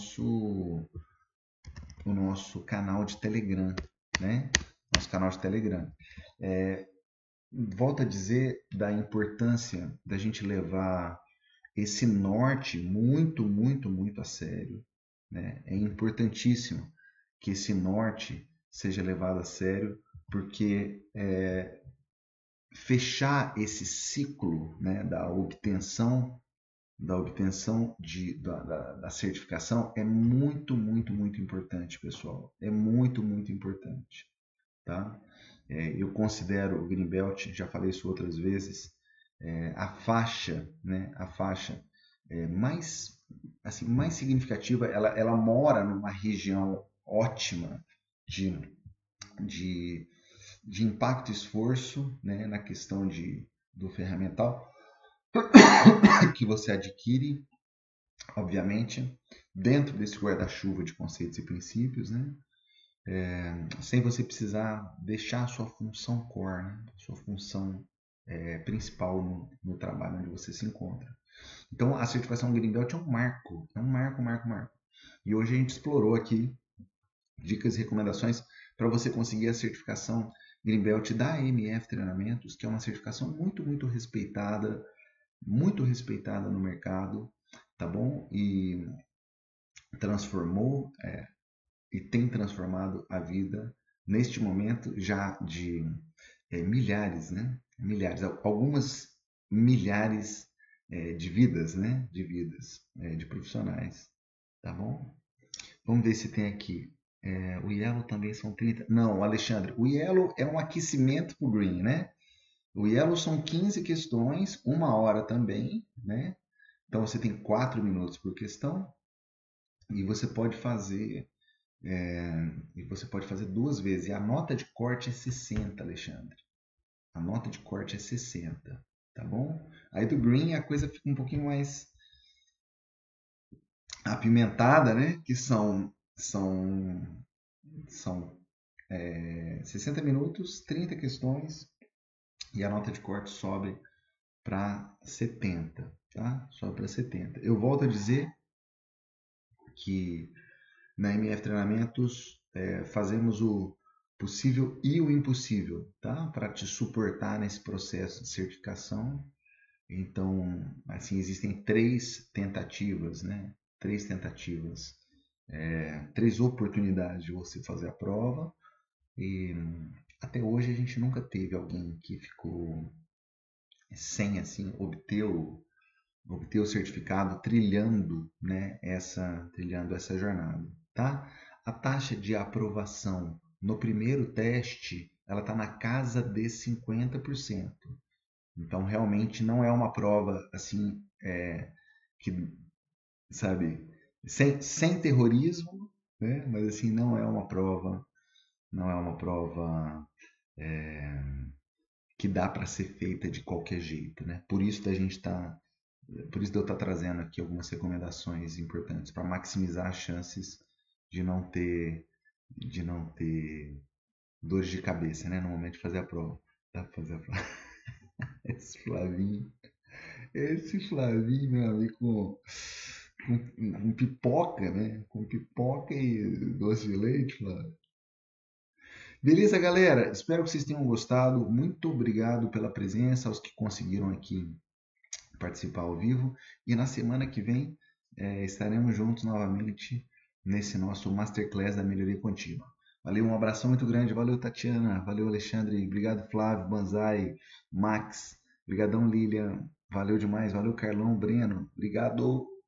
o nosso canal de Telegram, né? Nosso canal de Telegram. É, volto a dizer da importância da gente levar esse norte muito, muito, muito a sério, né? É importantíssimo que esse norte seja levado a sério, porque fechar esse ciclo, né, da certificação é muito, muito, muito importante, pessoal. É muito, muito importante, tá? Eu considero o Greenbelt, já falei isso outras vezes, a faixa, né, a faixa mais, assim, mais significativa. Ela mora numa região ótima de, de, de impacto e esforço, né, na questão do ferramental que você adquire, obviamente, dentro desse guarda-chuva de conceitos e princípios, né? Sem você precisar deixar a sua função core, né? Sua função principal no trabalho onde você se encontra. Então, a certificação Green Belt é um marco, marco, marco. E hoje a gente explorou aqui dicas e recomendações para você conseguir a certificação Green Belt da MF Treinamentos, que é uma certificação muito respeitada no mercado, tá bom? E transformou e tem transformado a vida neste momento já de milhares, né? Milhares, algumas milhares de vidas, né? De vidas, de profissionais, tá bom? Vamos ver se tem aqui. O Yellow também são 30. Não, Alexandre, o Yellow é um aquecimento para o Green, né? O Yellow são 15 questões, 1 hora também, né? Então você tem 4 minutos por questão e você pode fazer duas vezes. E a nota de corte é 60, Alexandre. A nota de corte é 60, tá bom? Aí do Green a coisa fica um pouquinho mais apimentada, né? Que são 60 minutos, 30 questões e a nota de corte sobe para 70, tá? Sobe para 70. Eu volto a dizer que na MF Treinamentos fazemos o possível e o impossível, tá? Para te suportar nesse processo de certificação. Então, assim, existem 3 tentativas, né? 3 tentativas, 3 oportunidades de você fazer a prova. E até hoje a gente nunca teve alguém que ficou sem, assim, obter o certificado trilhando, né, trilhando essa jornada, tá? A taxa de aprovação no primeiro teste, ela está na casa de 50%. Então, realmente não é uma prova assim que, sabe, sem terrorismo, né? Mas assim não é uma prova que dá para ser feita de qualquer jeito, né? Por isso de eu estar trazendo aqui algumas recomendações importantes para maximizar as chances de não ter de não ter dores de cabeça, né, no momento de fazer a prova. Dá pra fazer a prova. Esse Flavinho, meu amigo, com pipoca, né? Com pipoca e doce de leite, Flávio. Beleza, galera? Espero que vocês tenham gostado. Muito obrigado pela presença, aos que conseguiram aqui participar ao vivo. E na semana que vem estaremos juntos novamente nesse nosso Masterclass da Melhoria Contínua. Valeu, um abração muito grande. Valeu, Tatiana. Valeu, Alexandre. Obrigado, Flávio, Banzai, Max. Obrigadão, Lilian. Valeu demais. Valeu, Carlão, Breno. Obrigado.